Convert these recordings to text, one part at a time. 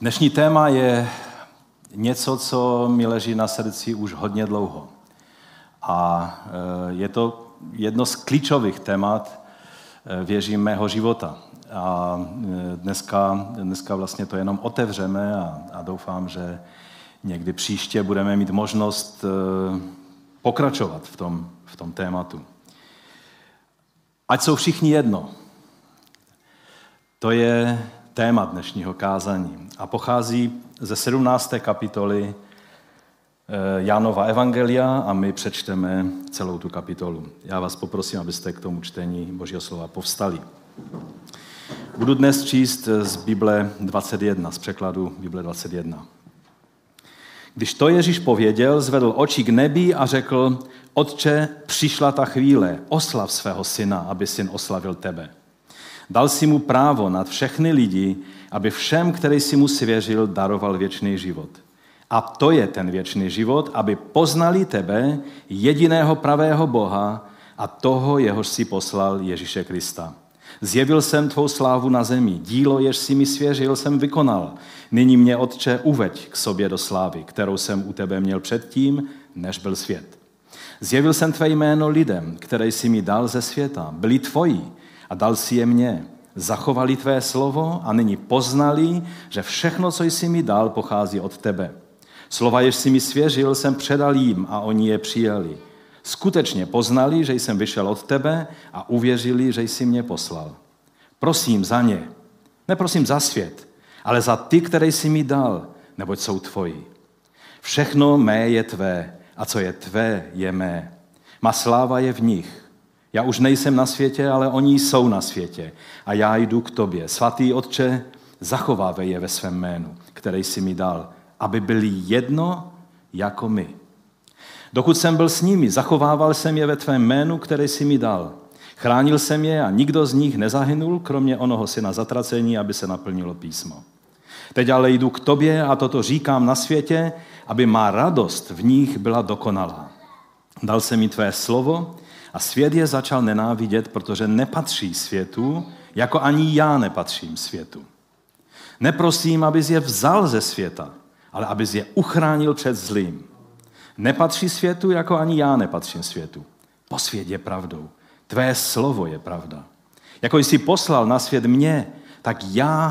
Dnešní téma je něco, co mi leží na srdci už hodně dlouho. A je to jedno z klíčových témat, věřím, mého života. A dneska vlastně to jenom otevřeme a doufám, že někdy příště budeme mít možnost pokračovat v tom tématu. Ať jsou všichni jedno. To je téma dnešního kázání a pochází ze 17. kapitoly Janova evangelia a my přečteme celou tu kapitolu. Já vás poprosím, abyste k tomu čtení Božího slova povstali. Budu dnes číst z Bible 21, z překladu Bible 21. Když to Ježíš pověděl, zvedl oči k nebi a řekl: Otče, přišla ta chvíle, oslav svého syna, aby syn oslavil tebe. Dal si mu právo nad všechny lidi, aby všem, který si mu svěřil, daroval věčný život. A to je ten věčný život, aby poznali tebe, jediného pravého Boha a toho, jehož si poslal, Ježíše Krista. Zjevil jsem tvou slávu na zemi, dílo, jež si mi svěřil, jsem vykonal. Nyní mě, Otče, uveď k sobě do slávy, kterou jsem u tebe měl předtím, než byl svět. Zjevil jsem tvé jméno lidem, které jsi mi dal ze světa. Byli tvoji a dal si je mně. Zachovali tvé slovo a nyní poznali, že všechno, co jsi mi dal, pochází od tebe. Slova, jež jsi mi svěřil, jsem předal jim a oni je přijali. Skutečně poznali, že jsem vyšel od tebe a uvěřili, že jsi mě poslal. Prosím za ně, neprosím za svět, ale za ty, které jsi mi dal, neboť jsou tvoji. Všechno mé je tvé a co je tvé, je mé. Má sláva je v nich. Já už nejsem na světě, ale oni jsou na světě a já jdu k tobě. Svatý Otče, zachovávej je ve svém jménu, které jsi mi dal, aby byli jedno jako my. Dokud jsem byl s nimi, zachovával jsem je ve tvém jménu, které jsi mi dal. Chránil jsem je a nikdo z nich nezahynul, kromě onoho syna zatracení, aby se naplnilo písmo. Teď ale jdu k tobě a toto říkám na světě, aby má radost v nich byla dokonalá. Dal jsem mi tvé slovo a svět je začal nenávidět, protože nepatří světu, jako ani já nepatřím světu. Neprosím, abys je vzal ze světa, ale abys je uchránil před zlým. Nepatří světu, jako ani já nepatřím světu. Posvěť je pravdou. Tvé slovo je pravda. Jako jsi poslal na svět mě, tak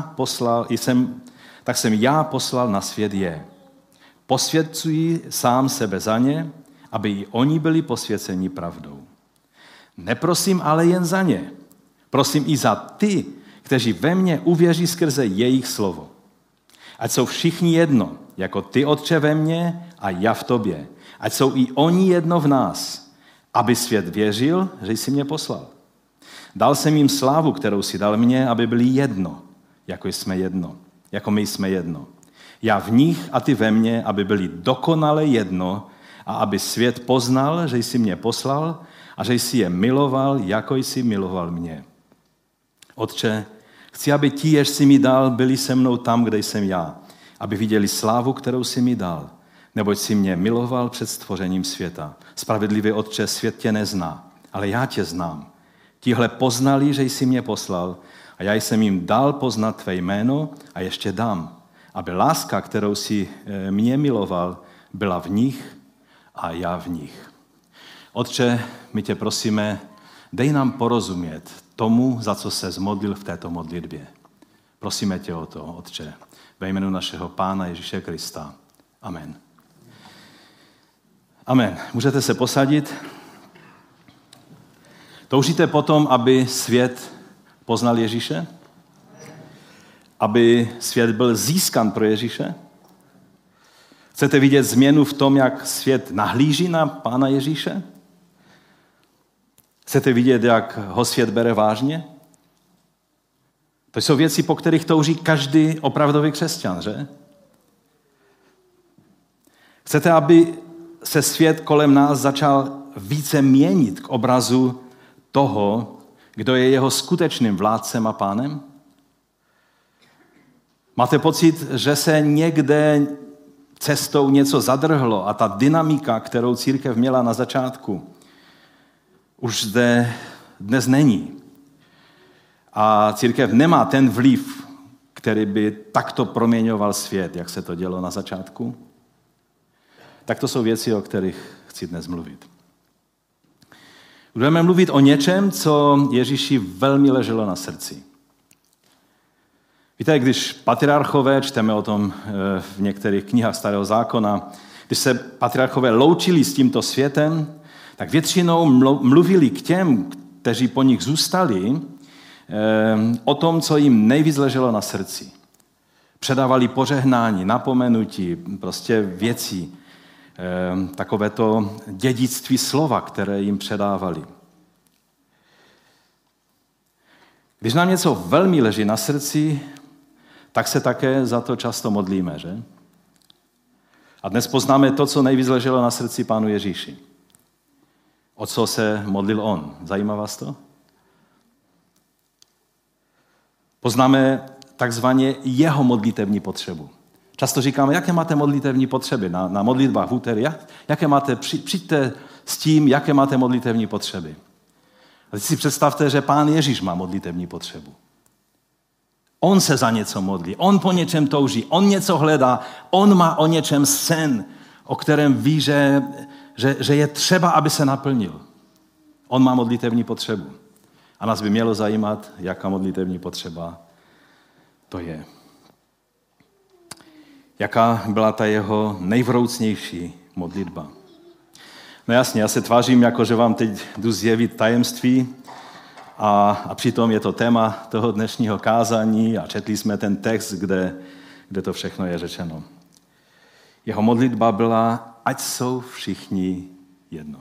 jsem já poslal na svět je. Posvědcuji sám sebe za ně, aby i oni byli posvěceni pravdou. Neprosím ale jen za ně. Prosím i za ty, kteří ve mně uvěří skrze jejich slovo. Ať jsou všichni jedno, jako ty, Otče, ve mně a já v tobě. Ať jsou i oni jedno v nás, aby svět věřil, že jsi mě poslal. Dal jsem jim slávu, kterou si dal mně, aby byli jedno, jako my jsme jedno. Já v nich a ty ve mně, aby byli dokonale jedno a aby svět poznal, že jsi mě poslal a že jsi je miloval, jako jsi miloval mě. Otče, chci, aby ti, jež jsi mi dal, byli se mnou tam, kde jsem já, aby viděli slávu, kterou jsi mi dal, neboť jsi mě miloval před stvořením světa. Spravedlivý Otče, svět tě nezná, ale já tě znám. Tihle poznali, že jsi mě poslal a já jsem jim dal poznat tvé jméno a ještě dám, aby láska, kterou jsi mě miloval, byla v nich a já v nich. Otče, my tě prosíme, dej nám porozumět tomu, za co se zmodlil v této modlitbě. Prosíme tě o to, Otče, ve jménu našeho Pána Ježíše Krista. Amen. Amen. Můžete se posadit. Toužíte potom, aby svět poznal Ježíše? Aby svět byl získan pro Ježíše? Chcete vidět změnu v tom, jak svět nahlíží na Pána Ježíše? Chcete vidět, jak ho svět bere vážně? To jsou věci, po kterých touží každý opravdový křesťan, že? Chcete, aby se svět kolem nás začal více měnit k obrazu toho, kdo je jeho skutečným vládcem a pánem? Máte pocit, že se někde cestou něco zadrhlo a ta dynamika, kterou církev měla na začátku, už zde dnes není. A církev nemá ten vliv, který by takto proměňoval svět, jak se to dělo na začátku? Tak to jsou věci, o kterých chci dnes mluvit. Budeme mluvit o něčem, co Ježíši velmi leželo na srdci. Víte, když patriarchové, čteme o tom v některých knihách Starého zákona, když se patriarchové loučili s tímto světem, tak většinou mluvili k těm, kteří po nich zůstali, o tom, co jim nejvíc leželo na srdci. Předávali požehnání, napomenutí, prostě věcí, takovéto dědictví slova, které jim předávali. Když nám něco velmi leží na srdci, tak se také za to často modlíme, že? A dnes poznáme to, co nejvíc leželo na srdci Pánu Ježíši. O co se modlil on? Zajímá vás to? Poznáme takzvaně jeho modlitevní potřebu. Často říkáme, jaké máte modlitevní potřeby na modlitbách v úterý. Jaké máte, přijďte s tím, jaké máte modlitevní potřeby. A teď si představte, že Pán Ježíš má modlitevní potřebu. On se za něco modlí, on po něčem touží, on něco hledá, on má o něčem sen, o kterém ví, že je třeba, aby se naplnil. On má modlitevní potřebu. A nás by mělo zajímat, jaká modlitevní potřeba to je. Jaká byla ta jeho nejvroucnější modlitba. No jasně, já se tvářím, jako že vám teď jdu zjevit tajemství a přitom je to téma toho dnešního kázání a četli jsme ten text, kde to všechno je řečeno. Jeho modlitba byla, ať jsou všichni jedno.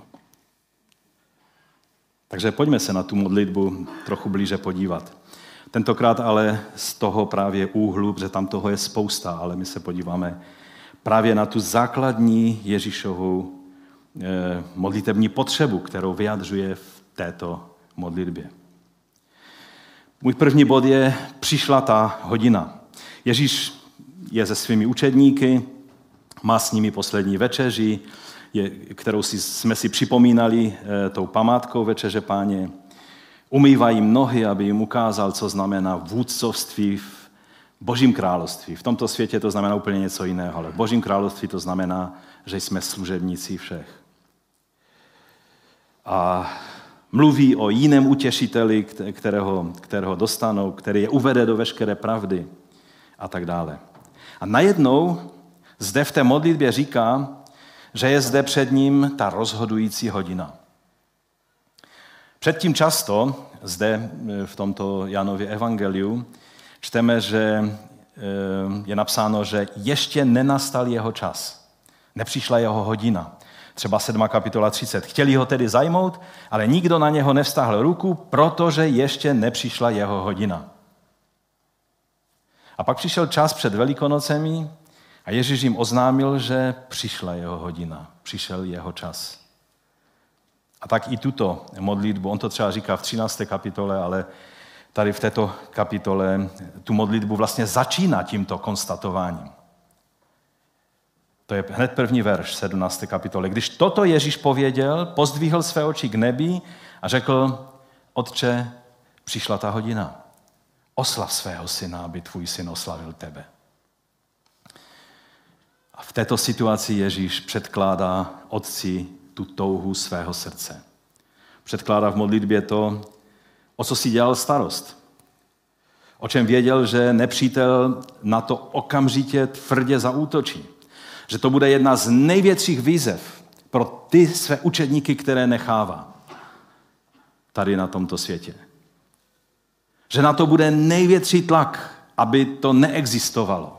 Takže pojďme se na tu modlitbu trochu blíže podívat. Tentokrát ale z toho právě úhlu, protože tam toho je spousta, ale my se podíváme právě na tu základní Ježíšovu modlitevní potřebu, kterou vyjadřuje v této modlitbě. Můj první bod je, přišla ta hodina. Ježíš je se svými učedníky, má s nimi poslední večeři, kterou jsme si připomínali tou památkou Večeře Páně. Umývá jim nohy, aby jim ukázal, co znamená vůdcovství v Božím království. V tomto světě to znamená úplně něco jiného, ale v Božím království to znamená, že jsme služebníci všech. A mluví o jiném utěšiteli, kterého dostanou, který je uvede do veškeré pravdy a tak dále. A najednou zde v té modlitbě říká, že je zde před ním ta rozhodující hodina. Předtím často zde v tomto Janově evangeliu čteme, že je napsáno, že ještě nenastal jeho čas. Nepřišla jeho hodina. Třeba 7. kapitola 30. Chtěli ho tedy zajmout, ale nikdo na něho nevztáhl ruku, protože ještě nepřišla jeho hodina. A pak přišel čas před Velikonocemi a Ježíš jim oznámil, že přišla jeho hodina, přišel jeho čas. A tak i tuto modlitbu, on to třeba říká v 13. kapitole, ale tady v této kapitole tu modlitbu vlastně začíná tímto konstatováním. To je hned první verš 17. kapitole. Když toto Ježíš pověděl, pozdvihl své oči k nebi a řekl, Otče, přišla ta hodina. Oslav svého syna, aby tvůj syn oslavil tebe. A v této situaci Ježíš předkládá Otci tu touhu svého srdce. Předkládá v modlitbě to, o co si dělal starost. O čem věděl, že nepřítel na to okamžitě tvrdě zaútočí. Že to bude jedna z největších výzev pro ty své učedníky, které nechává tady na tomto světě. Že na to bude největší tlak, aby to neexistovalo.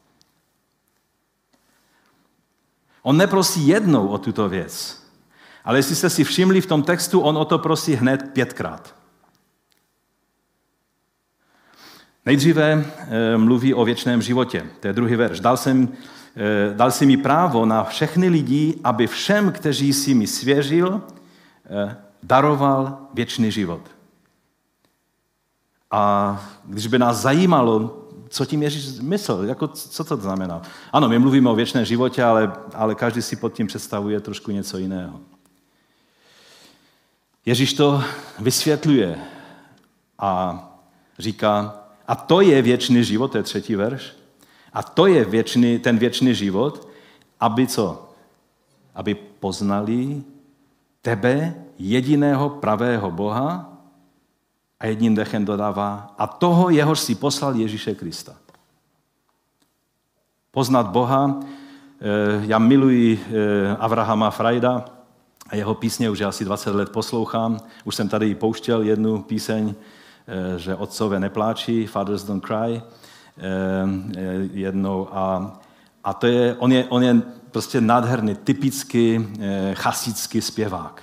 On neprosí jednou o tuto věc, ale jestli jste si všimli v tom textu, on o to prosí hned 5krát. Nejdříve mluví o věčném životě. To je druhý verš. Dal si mi právo na všechny lidi, aby všem, kteří si mi svěřil, daroval věčný život. A když by nás zajímalo, co tím Ježíš myslel, jako, co to znamená? Ano, my mluvíme o věčném životě, ale každý si pod tím představuje trošku něco jiného. Ježíš to vysvětluje a říká, A to je věčný život, to je 3. verš. A to je ten věčný život, aby co? Aby poznali tebe, jediného pravého Boha, a jedním dechem dodává, a toho, jehož si poslal Ježíše Krista. Poznat Boha, já miluji Avrahama Frajda a jeho písně už asi 20 let poslouchám. Už jsem tady pouštěl jednu píseň, že otcové nepláčí, Fathers Don't Cry, jednou. A to je, on je prostě nádherný, typický chasický zpěvák.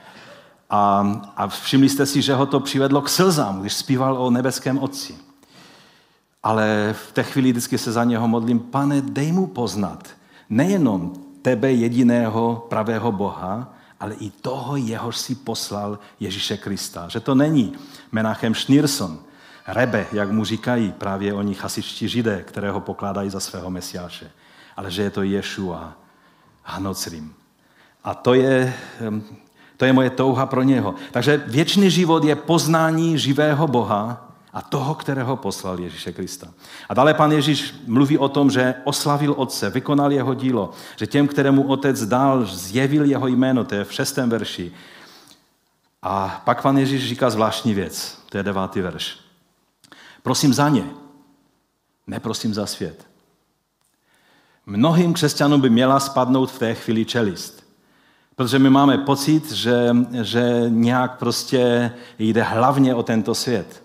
A všimli jste si, že ho to přivedlo k slzám, když zpíval o nebeském Otci. Ale v té chvíli vždycky se za něho modlím, Pane, dej mu poznat nejenom tebe jediného pravého Boha, ale i toho, jehož si poslal Ježíše Krista. Že to není Menachem Schneerson, Rebe, jak mu říkají právě oni chasičtí Židé, kterého pokládají za svého mesiáše, ale že je to Ješua Hanocrim. A to je moje touha pro něho. Takže věčný život je poznání živého Boha a toho, kterého poslal Ježíše Krista. A dále pan Ježíš mluví o tom, že oslavil Otce, vykonal jeho dílo, že těm, kterému Otec dal, zjevil jeho jméno, to je v 6. verši. A pak pan Ježíš říká zvláštní věc, to je 9. verš. Prosím za ně, neprosím za svět. Mnohým křesťanům by měla spadnout v té chvíli čelist. Protože my máme pocit, že nějak prostě jde hlavně o tento svět.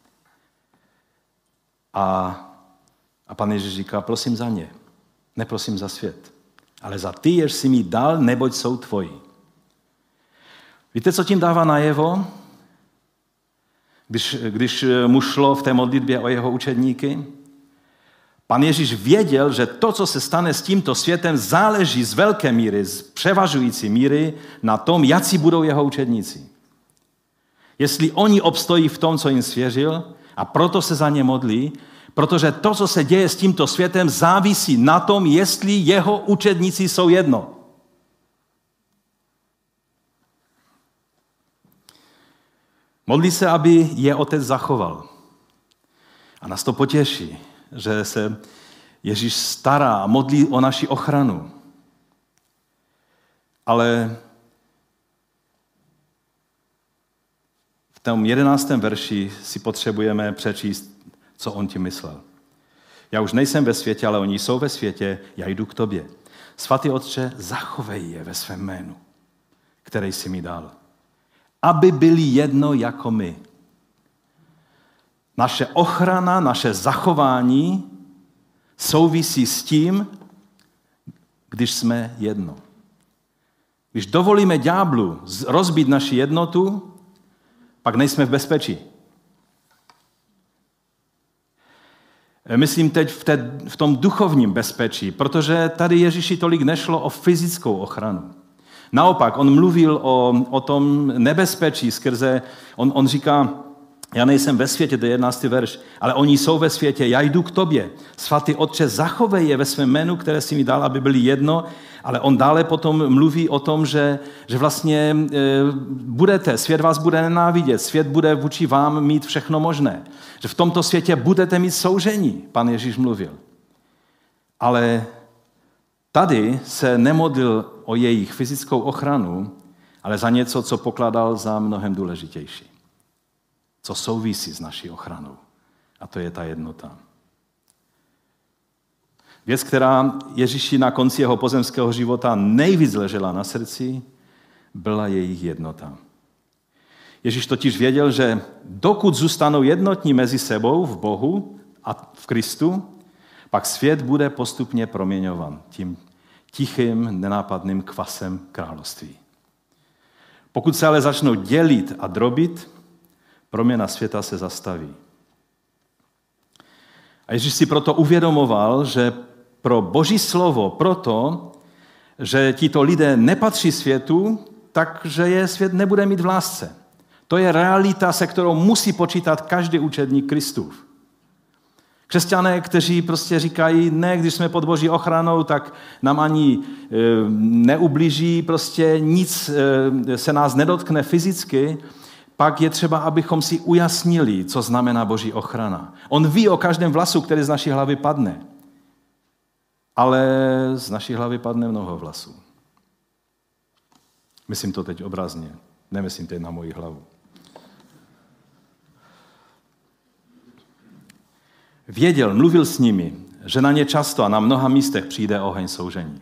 A pan Ježíš říká, prosím za ně, neprosím za svět, ale za ty, jež jsi mi dal, neboť jsou tvoji. Víte, co tím dává najevo? Když mu šlo v té modlitbě o jeho učedníky, pan Ježíš věděl, že to, co se stane s tímto světem, záleží z velké míry, z převažující míry na tom, jací budou jeho učedníci. Jestli oni obstojí v tom, co jim svěřil, a proto se za ně modlí, protože to, co se děje s tímto světem, závisí na tom, jestli jeho učedníci jsou jedno. Modlí se, aby je Otec zachoval. A nás to potěší, že se Ježíš stará a modlí o naši ochranu. Ale v tom 11. verši si potřebujeme přečíst, co on tím myslel. Já už nejsem ve světě, ale oni jsou ve světě, já jdu k tobě. Svatý Otče, zachovej je ve svém jménu, který jsi mi dal, aby byli jedno jako my. Naše ochrana, naše zachování souvisí s tím, když jsme jedno. Když dovolíme ďáblu rozbít naši jednotu, pak nejsme v bezpečí. Myslím teď v tom duchovním bezpečí, protože tady Ježíši tolik nešlo o fyzickou ochranu. Naopak, on mluvil o tom nebezpečí skrze, on říká, já nejsem ve světě, to je 11. verš, ale oni jsou ve světě, já jdu k tobě. Svatý Otče, zachovej je ve svém jménu, které jsi mi dal, aby byli jedno, ale on dále potom mluví o tom, že vlastně svět vás bude nenávidět, svět bude vůči vám mít všechno možné. Že v tomto světě budete mít soužení, pan Ježíš mluvil. Ale tady se nemodlil o jejich fyzickou ochranu, ale za něco, co pokládal za mnohem důležitější. Co souvisí s naší ochranou. A to je ta jednota. Věc, která Ježíši na konci jeho pozemského života nejvíc ležela na srdci, byla jejich jednota. Ježíš totiž věděl, že dokud zůstanou jednotní mezi sebou v Bohu a v Kristu, pak svět bude postupně proměňovan tím tichým, nenápadným kvasem království. Pokud se ale začnou dělit a drobit, proměna světa se zastaví. A Ježíš si proto uvědomoval, že pro Boží slovo, proto, že tito lidé nepatří světu, takže je svět nebude mít v lásce. To je realita, se kterou musí počítat každý učedník Kristův. Křesťané, kteří prostě říkají, ne, když jsme pod Boží ochranou, tak nám ani neublíží, prostě nic se nás nedotkne fyzicky, pak je třeba, abychom si ujasnili, co znamená Boží ochrana. On ví o každém vlasu, který z naší hlavy padne. Ale z naší hlavy padne mnoho vlasů. Myslím to teď obrazně, nemyslím teď na moji hlavu. Věděl, mluvil s nimi, že na ně často a na mnoha místech přijde oheň soužení.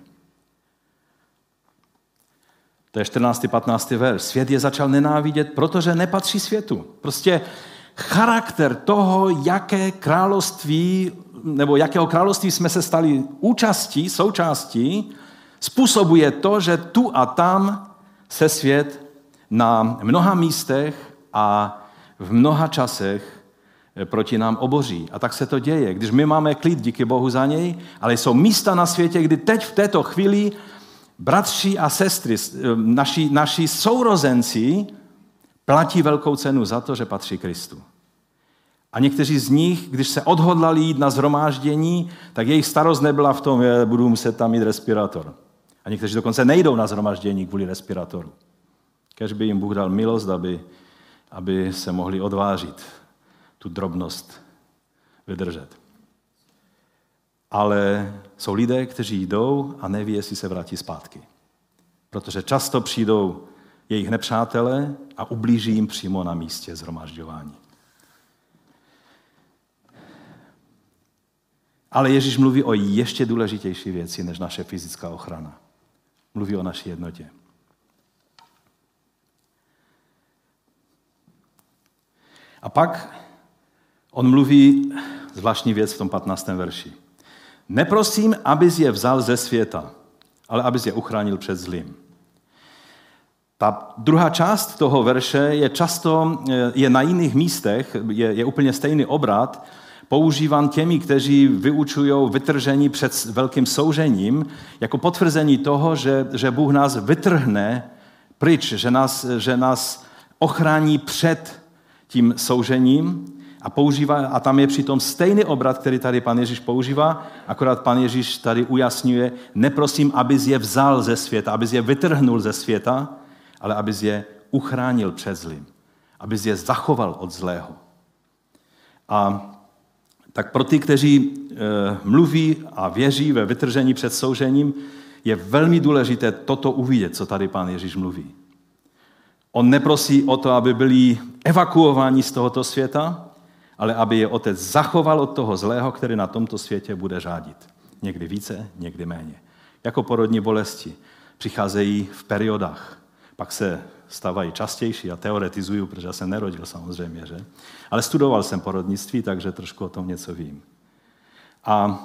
To je 14. 15. verš. Svět je začal nenávidět, protože nepatří světu. Prostě charakter toho, jakého království jsme se stali součástí, způsobuje to, že tu a tam se svět na mnoha místech a v mnoha časech proti nám oboří. A tak se to děje. Když my máme klid, díky Bohu za něj, ale jsou místa na světě, kdy teď v této chvíli bratři a sestry, naši sourozenci, platí velkou cenu za to, že patří Kristu. A někteří z nich, když se odhodlali jít na shromáždění, tak jejich starost nebyla v tom, že budu muset tam mít respirátor. A někteří dokonce nejdou na shromáždění kvůli respiratoru. Kéž by jim Bůh dal milost, aby se mohli odvážit tu drobnost vydržet. Ale jsou lidé, kteří jdou a neví, jestli se vrátí zpátky. Protože často přijdou jejich nepřátelé a ublíží jim přímo na místě shromažďování. Ale Ježíš mluví o ještě důležitější věci než naše fyzická ochrana. Mluví o naší jednotě. A pak on mluví zvláštní věc v tom 15. verši. Neprosím, abys je vzal ze světa, ale abys je uchránil před zlým. Ta druhá část toho verše je na jiných místech, je úplně stejný obrat, používán těmi, kteří vyučují vytržení před velkým soužením, jako potvrzení toho, že Bůh nás vytrhne pryč, že nás ochrání před tím soužením a tam je přitom stejný obrat, který tady pan Ježíš používá, akorát pan Ježíš tady ujasňuje, neprosím, abys je vzal ze světa, abys je vytrhnul ze světa, ale abys je uchránil před zlým, abys je zachoval od zlého. A tak pro ty, kteří mluví a věří ve vytržení před soužením, je velmi důležité toto uvidět, co tady pán Ježíš mluví. On neprosí o to, aby byli evakuováni z tohoto světa, ale aby je Otec zachoval od toho zlého, který na tomto světě bude řádit. Někdy více, někdy méně. Jako porodní bolesti přicházejí v periodách, pak se stávají častější a teoretizuju, protože já jsem nerodil samozřejmě, že? Ale studoval jsem porodnictví, takže trošku o tom něco vím. A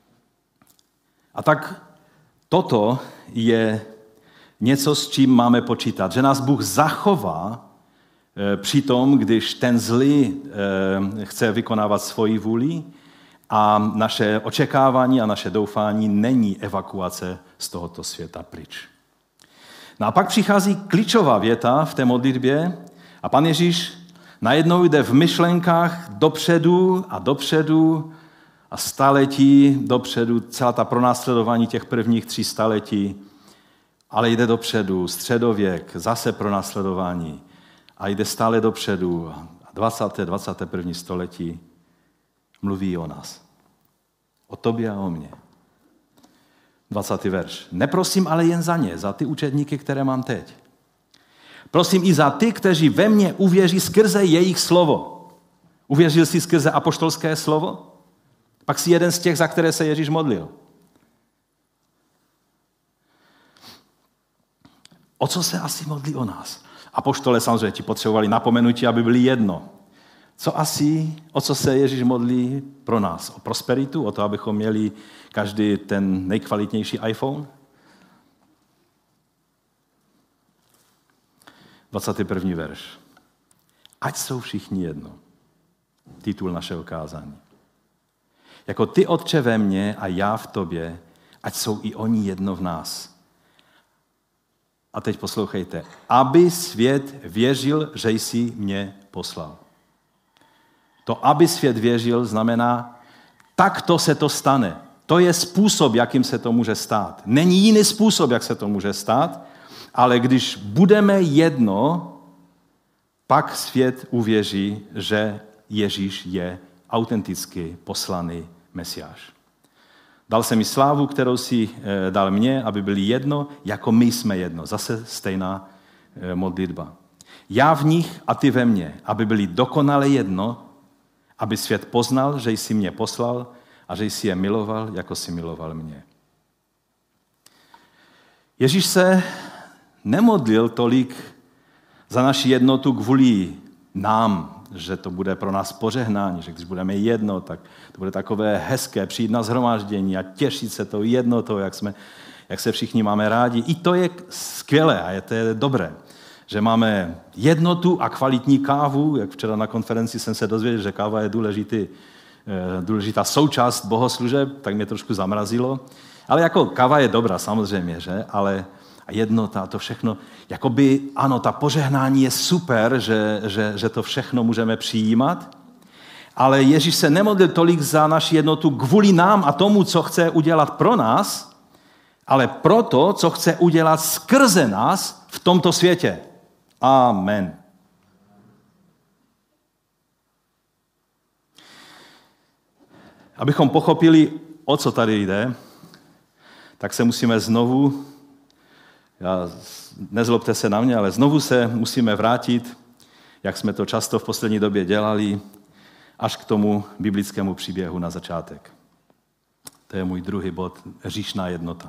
tak toto je něco, s čím máme počítat, že nás Bůh zachová při tom, když ten zlý chce vykonávat svoji vůli a naše očekávání a naše doufání není evakuace z tohoto světa pryč. No a pak přichází klíčová věta v té modlitbě a pan Ježíš najednou jde v myšlenkách dopředu a staletí dopředu, celá ta pronásledování těch prvních 3 staletí, ale jde dopředu, středověk, zase pronásledování a jde stále dopředu. 21. století mluví o nás. O tobě a o mně. 20. verš. Neprosím ale jen za ně, za ty učedníky, které mám teď. Prosím i za ty, kteří ve mně uvěří skrze jejich slovo. Uvěřil jsi skrze apoštolské slovo? Pak jsi jeden z těch, za které se Ježíš modlil. O co se asi modlí o nás? Apoštole samozřejmě ti potřebovali napomenutí, aby byli jedno. O co se Ježíš modlí pro nás? O prosperitu? O to, abychom měli každý ten nejkvalitnější iPhone? 21. verš. Ať jsou všichni jedno. Titul našeho kázání. Jako ty, Otče, ve mně a já v tobě, ať jsou i oni jedno v nás. A teď poslouchejte. Aby svět věřil, že jsi mě poslal. To, aby svět věřil, znamená, takto se to stane. To je způsob, jakým se to může stát. Není jiný způsob, jak se to může stát, ale když budeme jedno, pak svět uvěří, že Ježíš je autenticky poslaný Mesiáš. Dal jsem mi slávu, kterou si dal mně, aby byli jedno, jako my jsme jedno. Zase stejná modlitba. Já v nich a ty ve mně, aby byli dokonale jedno, aby svět poznal, že jsi mě poslal a že jsi je miloval, jako jsi miloval mě. Ježíš se nemodlil tolik za naši jednotu kvůli nám, že to bude pro nás požehnání, že když budeme jedno, tak to bude takové hezké přijít na shromáždění a těšit se tou jednotou, jak se všichni máme rádi. I to je skvělé a to je dobré, že máme jednotu a kvalitní kávu. Jak včera na konferenci jsem se dozvěděl, že káva je důležitá součást bohoslužeb, tak mě trošku zamrazilo. Ale jako káva je dobrá samozřejmě, že? Ale jednota, to všechno, jakoby, ano, ta požehnání je super, že to všechno můžeme přijímat, ale Ježíš se nemodlil tolik za naši jednotu kvůli nám a tomu, co chce udělat pro nás, ale proto, co chce udělat skrze nás v tomto světě. Amen. Abychom pochopili, o co tady jde, tak se musíme znovu, nezlobte se na mě, ale znovu se musíme vrátit, jak jsme to často v poslední době dělali, až k tomu biblickému příběhu na začátek. To je můj druhý bod, hříšná jednota.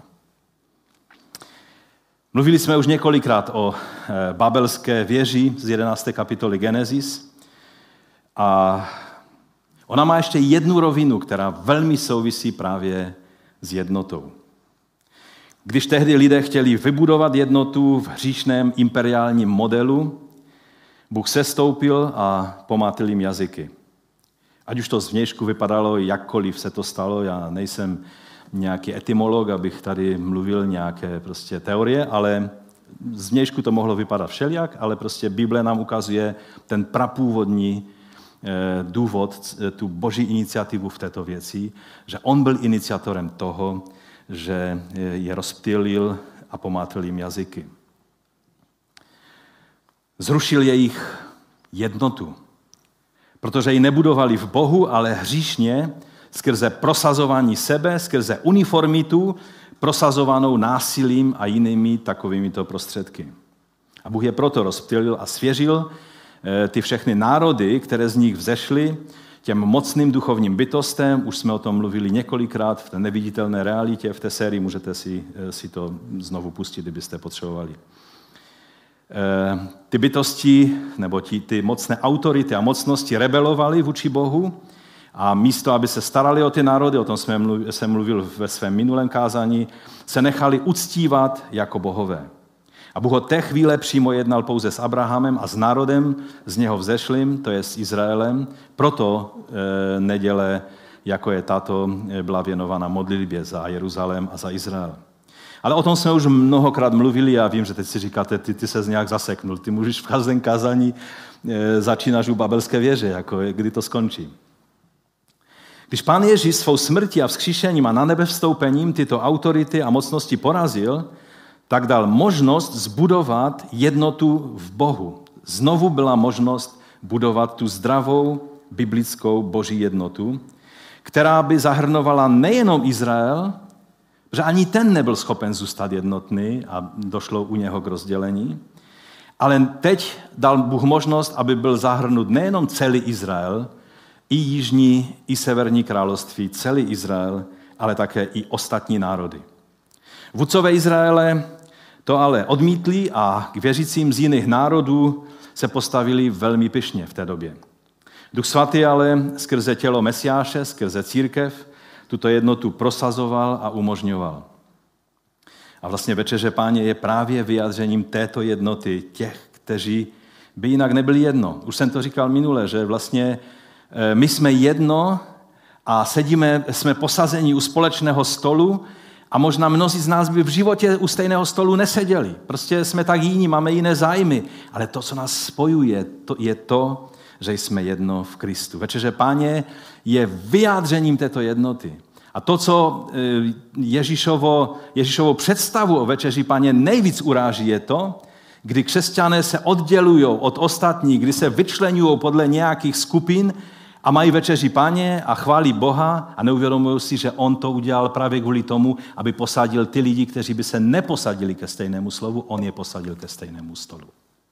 Mluvili jsme už několikrát o babelské věži z 11. kapitoly Genesis a ona má ještě jednu rovinu, která velmi souvisí právě s jednotou. Když tehdy lidé chtěli vybudovat jednotu v hříšném imperiálním modelu, Bůh sestoupil a pomátl jim jazyky. Ať už to zvnějšku vypadalo, jakkoliv se to stalo, já nejsem nějaký etymolog, abych tady mluvil nějaké prostě teorie, ale zvnějšku to mohlo vypadat všelijak, ale prostě Bible nám ukazuje ten prapůvodní důvod, tu boží iniciativu v této věci, že on byl iniciatorem toho, že je rozptýlil a pomátl jim jazyky. Zrušil jejich jednotu, protože ji nebudovali v Bohu, ale hříšně, skrze prosazování sebe, skrze uniformitu, prosazovanou násilím a jinými takovýmito prostředky. A Bůh je proto rozptýlil a svěřil ty všechny národy, které z nich vzešly, těm mocným duchovním bytostem. Už jsme o tom mluvili několikrát v té neviditelné realitě, v té sérii, můžete si to znovu pustit, kdybyste potřebovali. Ty bytosti, nebo ty mocné autority a mocnosti rebelovali vůči Bohu a místo, aby se starali o ty národy, o tom jsem mluvil ve svém minulém kázání, se nechali uctívat jako bohové. A Bůh od té chvíle přímo jednal pouze s Abrahamem a s národem z něho vzešlým, to je s Izraelem. Proto neděle, jako je tato, byla věnována modlitbě za Jeruzalém a za Izrael. Ale o tom jsme už mnohokrát mluvili a vím, že teď si říkáte, ty se nějak zaseknul, ty můžeš v každém kázání začínáš u babelské věže, jako kdy to skončí. Když Pán Ježíš svou smrtí a vzkříšením a na nebe vstoupením tyto autority a mocnosti porazil, tak dal možnost zbudovat jednotu v Bohu. Znovu byla možnost budovat tu zdravou biblickou boží jednotu, která by zahrnovala nejenom Izrael, že ani ten nebyl schopen zůstat jednotný a došlo u něho k rozdělení, ale teď dal Bůh možnost, aby byl zahrnut nejenom celý Izrael, i jižní, i severní království, celý Izrael, ale také i ostatní národy. Vůdcové Izraele to ale odmítli a k věřícím z jiných národů se postavili velmi pyšně v té době. Duch svatý ale skrze tělo Mesiáše, skrze církev, tuto jednotu prosazoval a umožňoval. A vlastně Večeře Páně je právě vyjádřením této jednoty těch, kteří by jinak nebyli jedno. Už jsem to říkal minule, že vlastně my jsme jedno a jsme posazeni u společného stolu a možná mnozí z nás by v životě u stejného stolu neseděli. Prostě jsme tak jiní, máme jiné zájmy, ale to, co nás spojuje, je to, že jsme jedno v Kristu. Večeře Páně je vyjádřením této jednoty. A to, co Ježíšovo představu o Večeři Páně nejvíc uráží, je to, kdy křesťané se oddělují od ostatních, kdy se vyčleňují podle nějakých skupin a mají večeři Páně a chválí Boha a neuvědomují si, že on to udělal právě kvůli tomu, aby posadil ty lidi, kteří by se neposadili ke stejnému slovu, on je posadil ke stejnému stolu.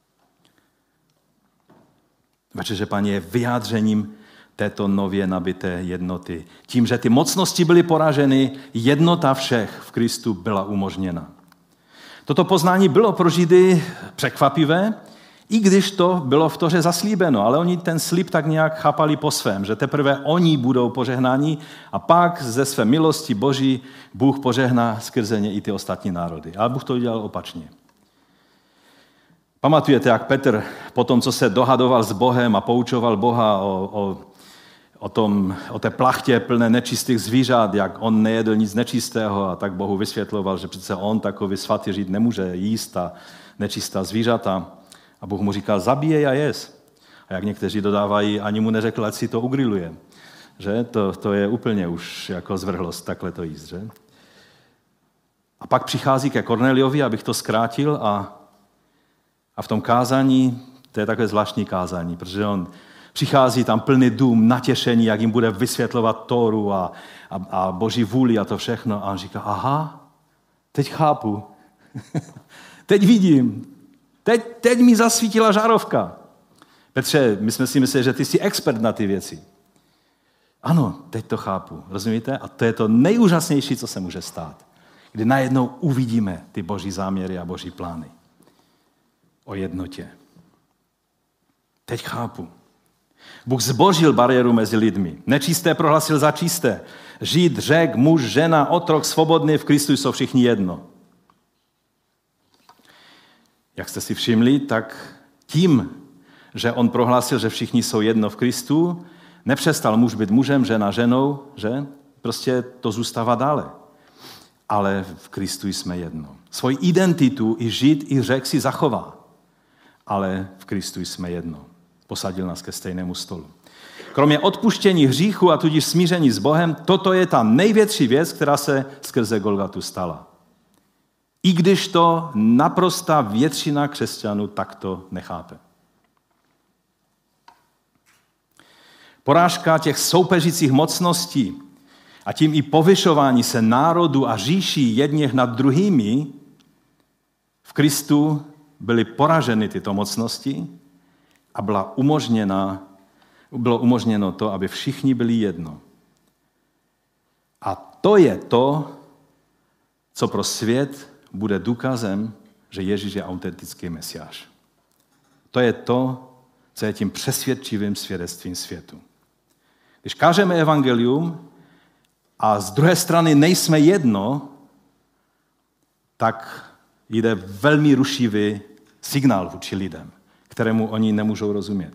Večeře Páně je vyjádřením této nově nabité jednoty. Tím, že ty mocnosti byly poraženy, jednota všech v Kristu byla umožněna. Toto poznání bylo pro Židy překvapivé, i když to bylo v Toře zaslíbeno, ale oni ten slib tak nějak chápali po svém, že teprve oni budou požehnáni a pak ze své milosti Boží Bůh požehná skrze ně i ty ostatní národy. Ale Bůh to udělal opačně. Pamatujete, jak Petr po tom, co se dohadoval s Bohem a poučoval Boha o té plachtě plné nečistých zvířat, jak on nejedl nic nečistého a tak Bohu vysvětloval, že přece on takový svatý Žid nemůže jíst ta nečistá zvířata. A Bůh mu říkal, zabíjej a jez. A jak někteří dodávají, ani mu neřekl, ať si to ugriluje. Že? To je úplně už jako zvrhlost, takhle to jíst. Že? A pak přichází ke Korneliovi, abych to zkrátil, a v tom kázání, to je takové zvláštní kázání, protože on přichází tam plný dům, natěšení, jak jim bude vysvětlovat Tóru a Boží vůli a to všechno. A on říká, aha, teď chápu, teď vidím, teď mi zasvítila žárovka. Petře, my jsme si mysleli, že ty jsi expert na ty věci. Ano, teď to chápu, rozumíte? A to je to nejúžasnější, co se může stát. Kdy najednou uvidíme ty Boží záměry a Boží plány. O jednotě. Teď chápu. Bůh zbořil bariéru mezi lidmi. Nečisté prohlasil za čisté. Žid, Řek, muž, žena, otrok, svobodný, v Kristu jsou všichni jedno. Jak jste si všimli, tak tím, že on prohlásil, že všichni jsou jedno v Kristu, nepřestal muž být mužem, žena ženou, že? Prostě to zůstává dále. Ale v Kristu jsme jedno. Svoji identitu i Žid, i Řek si zachová. Ale v Kristu jsme jedno. Posadil nás ke stejnému stolu. Kromě odpuštění hříchu a tudíž smíření s Bohem, toto je ta největší věc, která se skrze Golgatu stala. I když to naprostá většina křesťanů takto nechápe. Porážka těch soupeřících mocností a tím i povyšování se národů a říší jedněch nad druhými v Kristu byly poraženy tyto mocnosti a bylo umožněno to, aby všichni byli jedno. A to je to, co pro svět bude důkazem, že Ježíš je autentický Mesiáš. To je to, co je tím přesvědčivým svědectvím světu. Když kážeme evangelium a z druhé strany nejsme jedno, tak jde velmi rušivý signál vůči lidem, kterému oni nemůžou rozumět.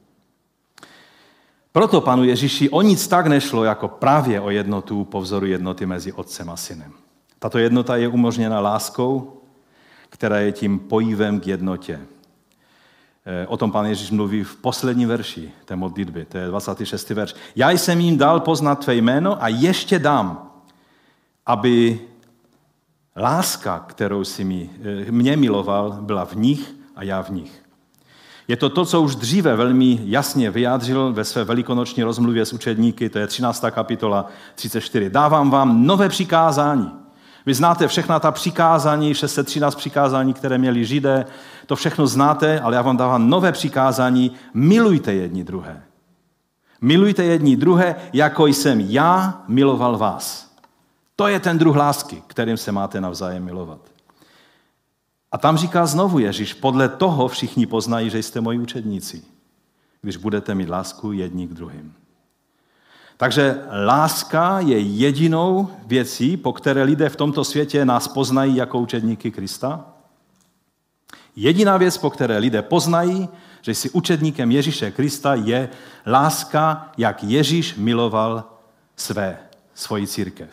Proto Panu Ježíši o nic tak nešlo, jako právě o jednotu po vzoru jednoty mezi Otcem a Synem. Tato jednota je umožněna láskou, která je tím pojivem k jednotě. O tom Pán Ježíš mluví v posledním verši té modlitby, to je 26. verš. Já jsem jim dal poznat tvé jméno a ještě dám, aby láska, kterou jsi mě miloval, byla v nich a já v nich. Je to, co už dříve velmi jasně vyjádřil ve své velikonoční rozmluvě s učedníky, to je 13. kapitola 34. Dávám vám nové přikázání. Vy znáte všechna ta přikázání, 613 přikázání, které měli Židé, to všechno znáte, ale já vám dávám nové přikázání, milujte jedni druhé. Milujte jedni druhé, jako jsem já miloval vás. To je ten druh lásky, kterým se máte navzájem milovat. A tam říká znovu Ježíš, podle toho všichni poznají, že jste moji učedníci, když budete mít lásku jedni k druhým. Takže láska je jedinou věcí, po které lidé v tomto světě nás poznají jako učedníky Krista. Jediná věc, po které lidé poznají, že jsi učedníkem Ježíše Krista, je láska, jak Ježíš miloval svoji církev.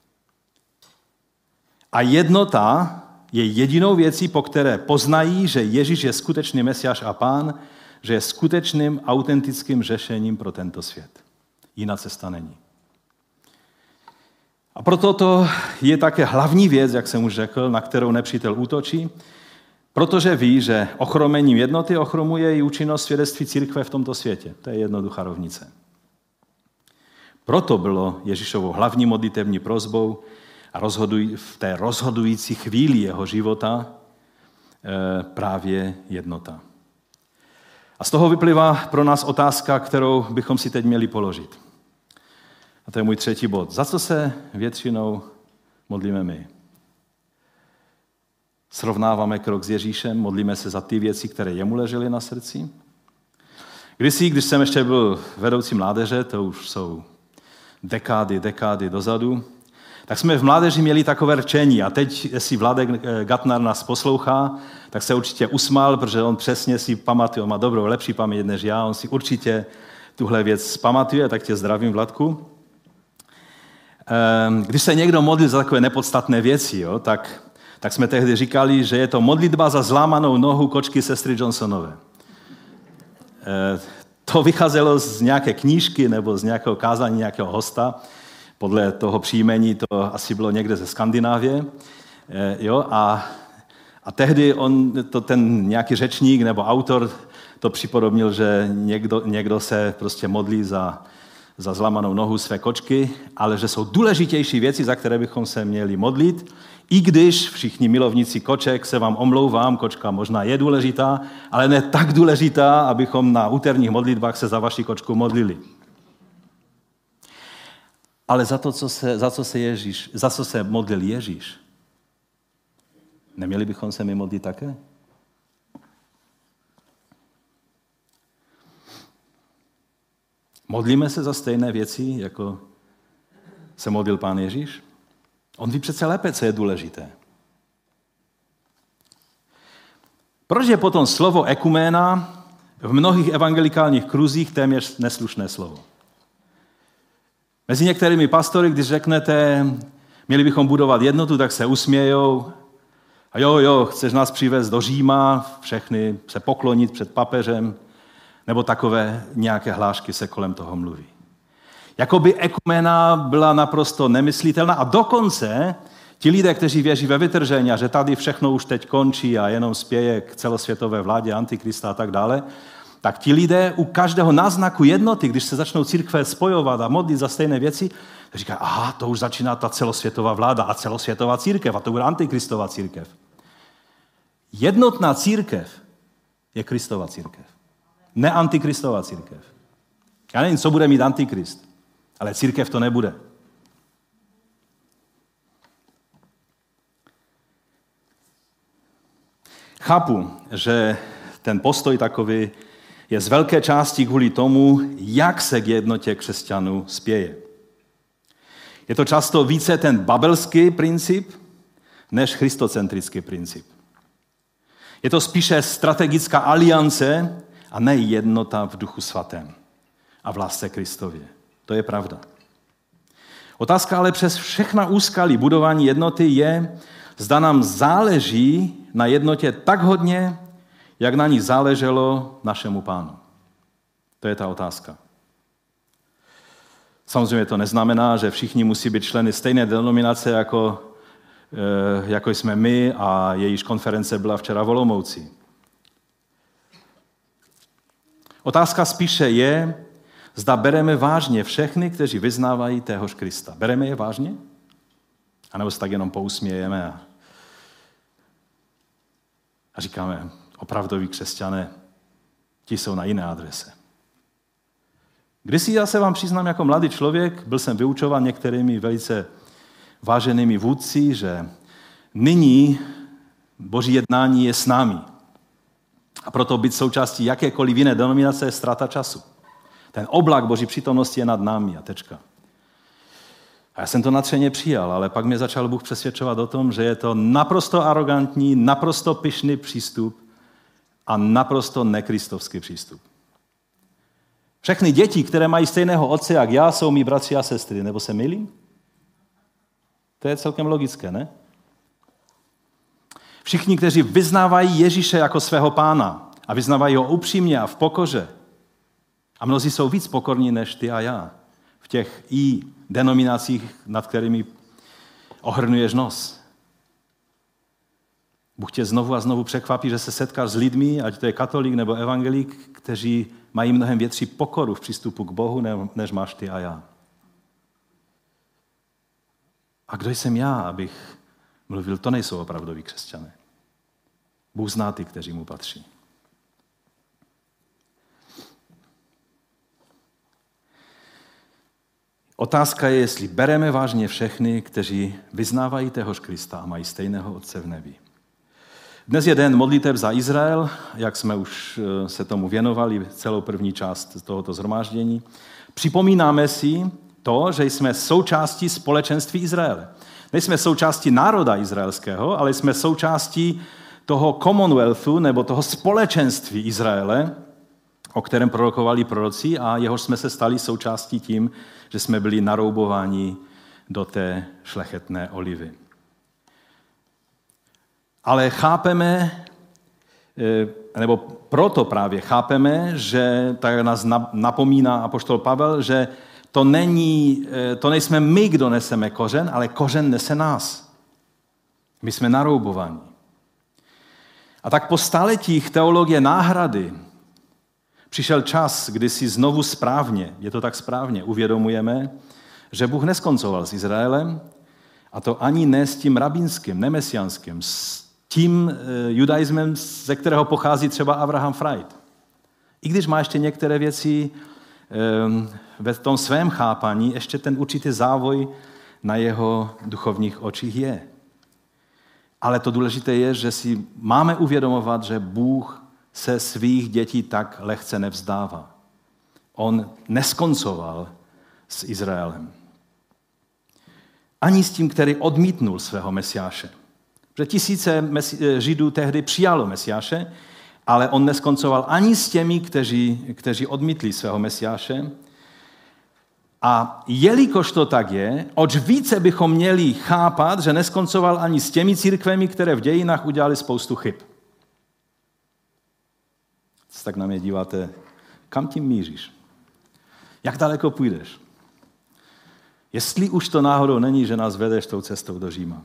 A jednota je jedinou věcí, po které poznají, že Ježíš je skutečný Mesiáš a Pán, že je skutečným autentickým řešením pro tento svět. Jiná cesta není. A proto to je také hlavní věc, jak jsem už řekl, na kterou nepřítel útočí, Protože ví, že ochromením jednoty ochromuje i účinnost svědectví církve v tomto světě. To je jednoduchá rovnice. Proto bylo Ježíšovou hlavní modlitevní prosbou a v té rozhodující chvíli jeho života právě jednota. A z toho vyplývá pro nás otázka, kterou bychom si teď měli položit. A to je můj třetí bod. Za co se většinou modlíme my? Srovnáváme krok s Ježíšem, modlíme se za ty věci, které jemu ležely na srdci? Když jsem ještě byl vedoucí mládeře, to už jsou dekády dozadu, tak jsme v mládeži měli takové rčení a teď, jestli Vladek Gatnar nás poslouchá, tak se určitě usmál, protože on přesně si pamatuje, on má dobrou, lepší paměť než já, on si určitě tuhle věc pamatuje, tak tě zdravím, Vladku. Když se někdo modlil za takové nepodstatné věci, tak jsme tehdy říkali, že je to modlitba za zlámanou nohu kočky sestry Johnsonové. To vycházelo z nějaké knížky nebo z nějakého kázání nějakého hosta. Podle toho příjmení to asi bylo někde ze Skandinávie. A tehdy ten nějaký řečník nebo autor to připodobnil, že někdo se prostě modlí za zlamanou nohu své kočky, ale že jsou důležitější věci, za které bychom se měli modlit, i když všichni milovníci koček se vám omlouvám, kočka možná je důležitá, ale ne tak důležitá, abychom na úterních modlitbách se za vaši kočku modlili. Ale za co se modlil Ježíš? Neměli bychom se my modlit také? Modlíme se za stejné věci, jako se modlil Pán Ježíš? On ví přece lépe, co je důležité. Proč je potom slovo ekuména v mnohých evangelikálních kruzích téměř neslušné slovo? Mezi některými pastory, když řeknete, měli bychom budovat jednotu, tak se usmějou. A jo, chceš nás přivést do Říma, všechny se poklonit před papežem, nebo takové nějaké hlášky se kolem toho mluví. Jakoby ekumena byla naprosto nemyslitelná a dokonce ti lidé, kteří věří ve vytržení a že tady všechno už teď končí a jenom spěje k celosvětové vládě Antikrista a tak dále, tak ti lidé u každého náznaku jednoty, když se začnou církve spojovat a modlit za stejné věci, tak říkají, aha, to už začíná ta celosvětová vláda a celosvětová církev a to bude Antikristova církev. Jednotná církev je Kristova církev. Ne Antikristova církev. Já nevím, co bude mít Antikrist, ale církev to nebude. Chápu, že ten postoj takový je z velké části kvůli tomu, jak se k jednotě křesťanů spěje. Je to často více ten babelský princip, než christocentrický princip. Je to spíše strategická aliance a ne jednota v Duchu Svatém a v lásce Kristově. To je pravda. Otázka ale přes všechna úskalí budování jednoty je, zda nám záleží na jednotě tak hodně, jak na ní záleželo našemu Pánu. To je ta otázka. Samozřejmě to neznamená, že všichni musí být členy stejné denominace, jako jsme my a jejíž konference byla včera v Olomouci. Otázka spíše je, zda bereme vážně všechny, kteří vyznávají téhož Krista. Bereme je vážně? A nebo se tak jenom pousmějeme a říkáme, opravdoví křesťané, ti jsou na jiné adrese. Kdysi já se vám přiznám jako mladý člověk, byl jsem vyučován některými velice váženými vůdci, že nyní Boží jednání je s námi. A proto být součástí jakékoliv jiné denominace je ztráta času. Ten oblak Boží přítomnosti je nad námi a tečka. A já jsem to nadšeně přijal, ale pak mě začal Bůh přesvědčovat o tom, že je to naprosto arrogantní, naprosto pyšný přístup a naprosto nekristovský přístup. Všechny děti, které mají stejného otce jak já, jsou mý bratři a sestry, nebo se mýlím? To je celkem logické, ne? Všichni, kteří vyznávají Ježíše jako svého Pána a vyznávají ho upřímně a v pokoře. A mnozí jsou víc pokorní než ty a já v těch denominacích, nad kterými ohrnuješ nos. Bůh tě znovu a znovu překvapí, že se setkáš s lidmi, ať to je katolík nebo evangelík, kteří mají mnohem větší pokoru v přístupu k Bohu, než máš ty a já. A kdo jsem já, abych mluvil, to nejsou opravdoví křesťané. Bůh zná ty, kteří mu patří. Otázka je, jestli bereme vážně všechny, kteří vyznávají téhož Krista a mají stejného Otce v nebi. Dnes je den modliteb za Izrael, jak jsme už se tomu věnovali celou první část tohoto shromáždění. Připomínáme si to, že jsme součástí společenství Izraele. Nejsme součástí národa izraelského, ale jsme součástí toho Commonwealthu, nebo toho společenství Izraele, o kterém prorokovali proroci a jehož jsme se stali součástí tím, že jsme byli naroubováni do té šlechetné olivy. Ale chápeme, nebo proto právě chápeme, že tak nás napomíná apoštol Pavel, že to nejsme my, kdo neseme kořen, ale kořen nese nás. My jsme naroubováni. A tak po staletích teologie náhrady přišel čas, kdy si znovu správně, je to tak správně, uvědomujeme, že Bůh neskoncoval s Izraelem, a to ani ne s tím rabínským, nemesiánským, s tím judaismem, ze kterého pochází třeba Abraham Freud. I když má ještě některé věci ve tom svém chápaní, ještě ten určitý závoj na jeho duchovních očích je. Ale to důležité je, že si máme uvědomovat, že Bůh se svých dětí tak lehce nevzdává. On neskoncoval s Izraelem. Ani s tím, který odmítnul svého Mesiáše. Protože tisíce Židů tehdy přijalo Mesiáše, ale on neskoncoval ani s těmi, kteří odmítli svého Mesiáše. A jelikož to tak je, oč více bychom měli chápat, že neskoncoval ani s těmi církvemi, které v dějinách udělali spoustu chyb. Tak na mě díváte, kam tím míříš? Jak daleko půjdeš? Jestli už to náhodou není, že nás vedeš tou cestou do Říma.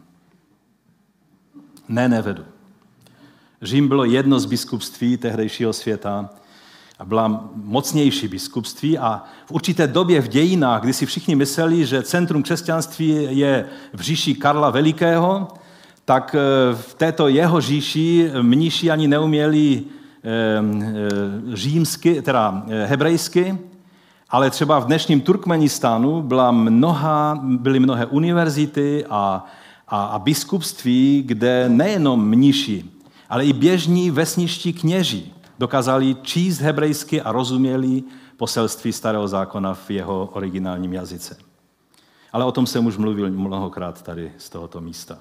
Ne, nevedu. Řím bylo jedno z biskupství tehdejšího světa a byla mocnější biskupství a v určité době v dějinách, kdy si všichni mysleli, že centrum křesťanství je v říši Karla Velikého, tak v této jeho říši mniši ani neuměli římsky, teda hebrejsky, ale třeba v dnešním Turkmenistánu byly mnohé univerzity a biskupství, kde nejenom mniši, ale i běžní vesniští kněží dokázali číst hebrejsky a rozuměli poselství Starého zákona v jeho originálním jazyce. Ale o tom jsem už mluvil mnohokrát tady z tohoto místa.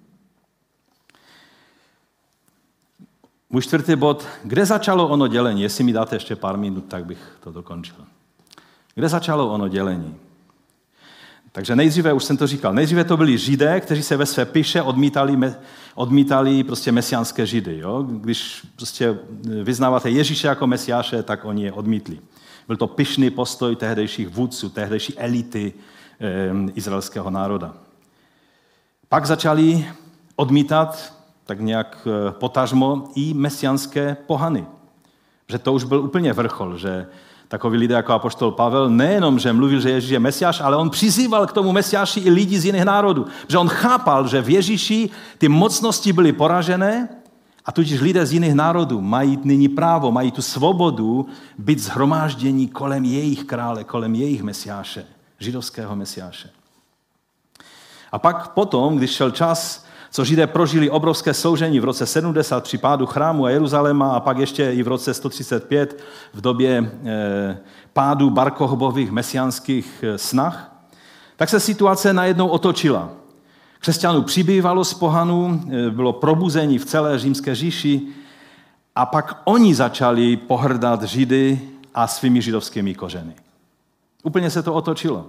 Můj čtvrtý bod, kde začalo ono dělení? Jestli mi dáte ještě pár minut, tak bych to dokončil. Kde začalo ono dělení? Takže nejdříve, už jsem to říkal, nejdříve to byli Židé, kteří se ve své píše odmítali prostě mesiánské Židy. Jo? Když prostě vyznáváte Ježíše jako Mesiáše, tak oni je odmítli. Byl to pyšný postoj tehdejších vůdců, tehdejší elity izraelského národa. Pak začali odmítat tak nějak potažmo i mesiánské pohany. Že to už byl úplně vrchol, že takoví lidé jako apoštol Pavel nejenom, že mluvil, že Ježíš je Mesiáš, ale on přizýval k tomu Mesiáši i lidi z jiných národů. Že on chápal, že v Ježíši ty mocnosti byly poražené a tudíž lidé z jiných národů mají nyní právo, mají tu svobodu být shromáždění kolem jejich krále, kolem jejich Mesiáše, židovského Mesiáše. A pak potom, když šel čas, co Židé prožili obrovské soužení v roce 70 při pádu chrámu a Jeruzaléma a pak ještě i v roce 135 v době pádu Bar Kochbových mesiánských snah, tak se situace najednou otočila. Křesťanů přibývalo z pohanů, bylo probuzení v celé římské říši a pak oni začali pohrdat Židy a svými židovskými kořeny. Úplně se to otočilo.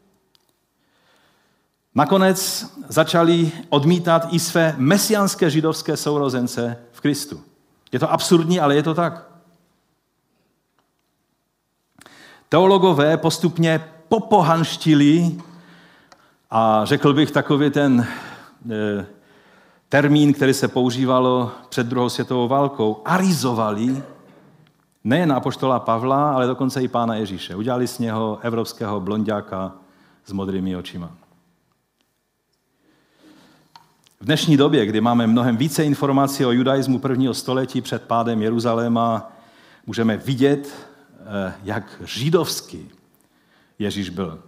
Nakonec začali odmítat i své mesiánské židovské sourozence v Kristu. Je to absurdní, ale je to tak. Teologové postupně popohanštili a řekl bych takový termín, který se používalo před druhou světovou válkou, arizovali nejen apoštola Pavla, ale dokonce i Pána Ježíše. Udělali z něho evropského blonďáka s modrými očima. V dnešní době, kdy máme mnohem více informací o judaismu prvního století před pádem Jeruzaléma, můžeme vidět, jak židovský Ježíš byl.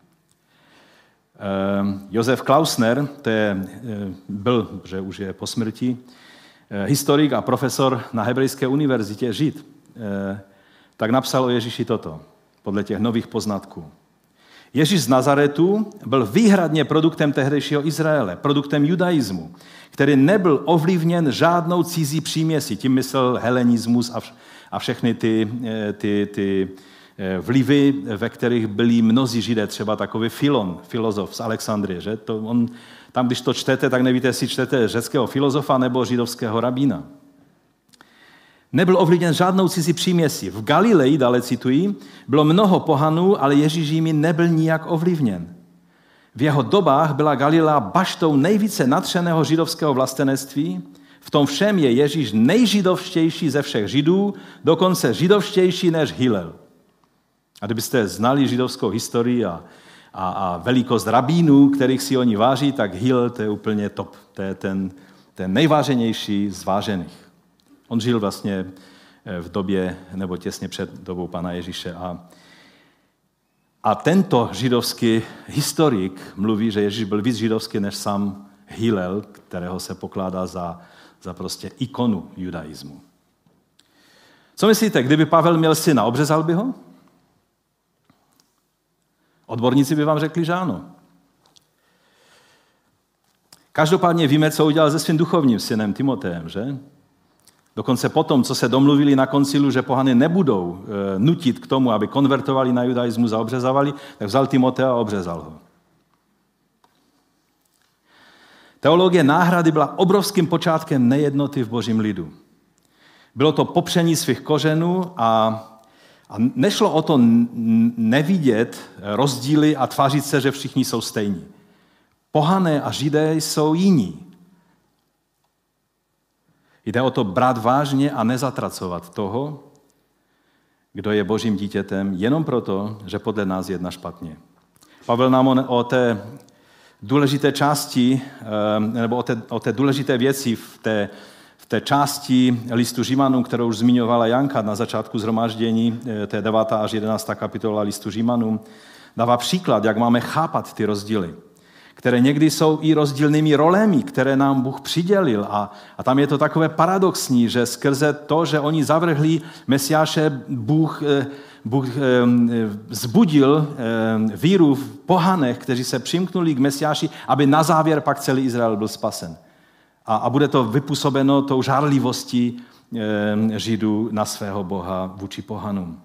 Josef Klausner, byl, že už je po smrti, historik a profesor na Hebrejské univerzitě, Žid, tak napsal o Ježíši toto, podle těch nových poznatků. Ježíš z Nazaretu byl výhradně produktem tehdejšího Izraele, produktem judaismu, který nebyl ovlivněn žádnou cizí příměsí. Tím myslel helenismus a všechny ty vlivy, ve kterých byli mnozí Židé, třeba takový Filon, filozof z Alexandrie. Že? Tam, když to čtete, tak nevíte, jestli čtete řeckého filozofa nebo židovského rabína. Nebyl ovlivněn žádnou cizí příměsí. V Galileji, dále cituji, bylo mnoho pohanů, ale Ježíš jimi nebyl nijak ovlivněn. V jeho dobách byla Galilea baštou nejvíce natřeného židovského vlastenectví. V tom všem je Ježíš nejžidovštější ze všech Židů, dokonce židovštější než Hillel. A kdybyste znali židovskou historii a velikost rabínů, kterých si oni váží, tak Hillel to je úplně top. To je ten nejváženější z vážených. On žil vlastně v době, nebo těsně před dobou Pana Ježíše. A tento židovský historik mluví, že Ježíš byl víc židovský než sám Hillel, kterého se pokládá za prostě ikonu judaismu. Co myslíte, kdyby Pavel měl syna, obřezal by ho? Odborníci by vám řekli, že ano. Každopádně víme, co udělal se svým duchovním synem Timotejem, že? Dokonce potom, co se domluvili na koncilu, že pohany nebudou nutit k tomu, aby konvertovali na judaismus a obřezávali, tak vzal Timotea a obřezal ho. Teologie náhrady byla obrovským počátkem nejednoty v božím lidu. Bylo to popření svých kořenů a nešlo o to nevidět rozdíly a tvářit se, že všichni jsou stejní. Pohané a Židé jsou jiní. Jde o to brát vážně a nezatracovat toho, kdo je božím dítětem, jenom proto, že podle nás jedná špatně. Pavel nám o té důležité části, nebo o té důležité věci v té části listu Římanům, kterou už zmiňovala Janka na začátku shromáždění, to je 9. až 11. kapitola listu Římanům, dává příklad, jak máme chápat ty rozdíly, které někdy jsou i rozdílnými rolemi, které nám Bůh přidělil. A tam je to takové paradoxní, že skrze to, že oni zavrhli Mesiáše, Bůh vzbudil víru v pohanech, kteří se přimknuli k Mesiáši, aby na závěr pak celý Izrael byl spasen. A bude to vypůsobeno tou žárlivostí Židů na svého Boha vůči pohanům.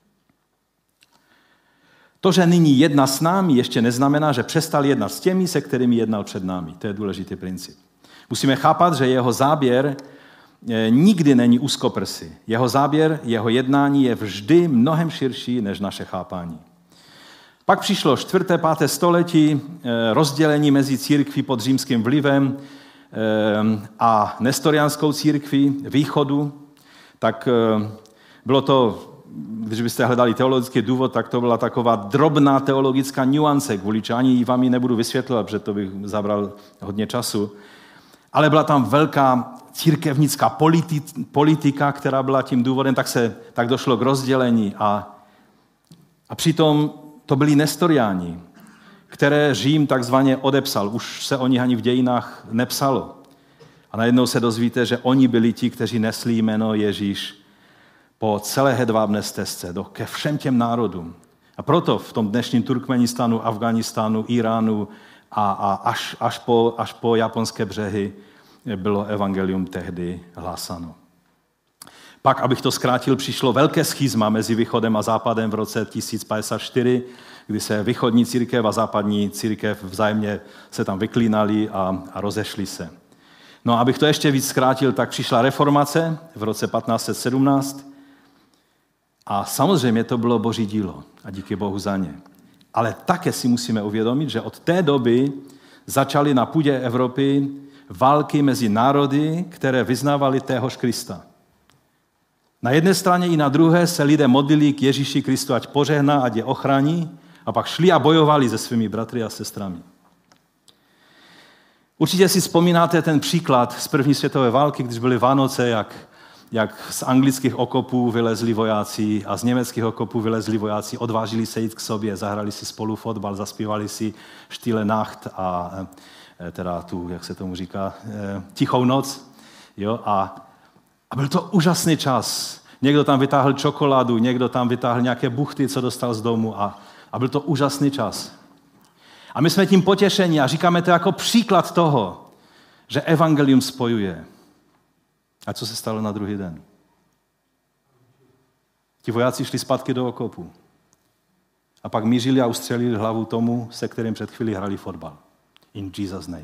To, že nyní jedná s námi, ještě neznamená, že přestal jednat s těmi, se kterými jednal před námi. To je důležitý princip. Musíme chápat, že jeho záběr nikdy není úzkoprsý. Jeho záběr, jeho jednání je vždy mnohem širší než naše chápání. Pak přišlo 4. 5. století, rozdělení mezi církví pod římským vlivem a nestoriánskou církví východu. Tak bylo to, když byste hledali teologický důvod, tak to byla taková drobná teologická nuance, kvůli čemu ani vám ji nebudu vysvětlovat, protože to bych zabral hodně času. Ale byla tam velká církevnická politika, která byla tím důvodem, tak došlo k rozdělení. A přitom to byli nestoriáni, které Řím takzvaně odepsal. Už se o nich ani v dějinách nepsalo. A najednou se dozvíte, že oni byli ti, kteří nesli jméno Ježíš po celé hedvábné stezce ke všem těm národům. A proto v tom dnešním Turkmenistánu, Afghánistánu, Iránu a až po japonské břehy bylo evangelium tehdy hlásáno. Pak, abych to zkrátil, přišlo velké schizma mezi východem a západem v roce 1054, kdy se východní církev a západní církev vzájemně se tam vyklínali a rozešli se. No a abych to ještě víc zkrátil, tak přišla reformace v roce 1517 a samozřejmě to bylo boží dílo a díky Bohu za ně. Ale také si musíme uvědomit, že od té doby začaly na půdě Evropy války mezi národy, které vyznávali téhož Krista. Na jedné straně i na druhé se lidé modlili k Ježíši Kristu, ať požehná, ať je ochrání, a pak šli a bojovali se svými bratry a sestrami. Určitě si vzpomínáte ten příklad z první světové války, když byly Vánoce, jak z anglických okopů vylezli vojáci a z německých okopů vylezli vojáci, odvážili se jít k sobě, zahrali si spolu fotbal, zaspívali si Stille Nacht a teda tu, jak se tomu říká, Tichou noc. Jo? A byl to úžasný čas. Někdo tam vytáhl čokoládu, někdo tam vytáhl nějaké buchty, co dostal z domu a byl to úžasný čas. A my jsme tím potěšeni a říkáme to jako příklad toho, že evangelium spojuje. A co se stalo na druhý den? Ti vojáci šli zpátky do okopu. A pak mířili a ustřelili hlavu tomu, se kterým před chvílí hrali fotbal. In Jesus' name.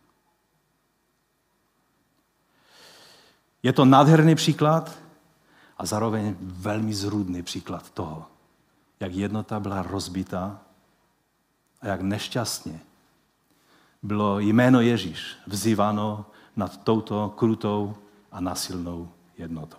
Je to nádherný příklad a zároveň velmi zrůdný příklad toho, jak jednota byla rozbitá a jak nešťastně bylo jméno Ježíš vzýváno nad touto krutou a násilnou jednotou.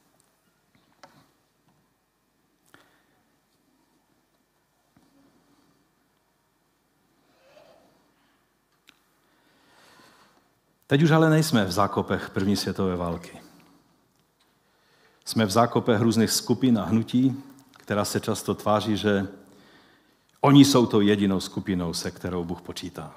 Teď už ale nejsme v zákopech první světové války. Jsme v zákopech různých skupin a hnutí, která se často tváří, že oni jsou tou jedinou skupinou, se kterou Bůh počítá.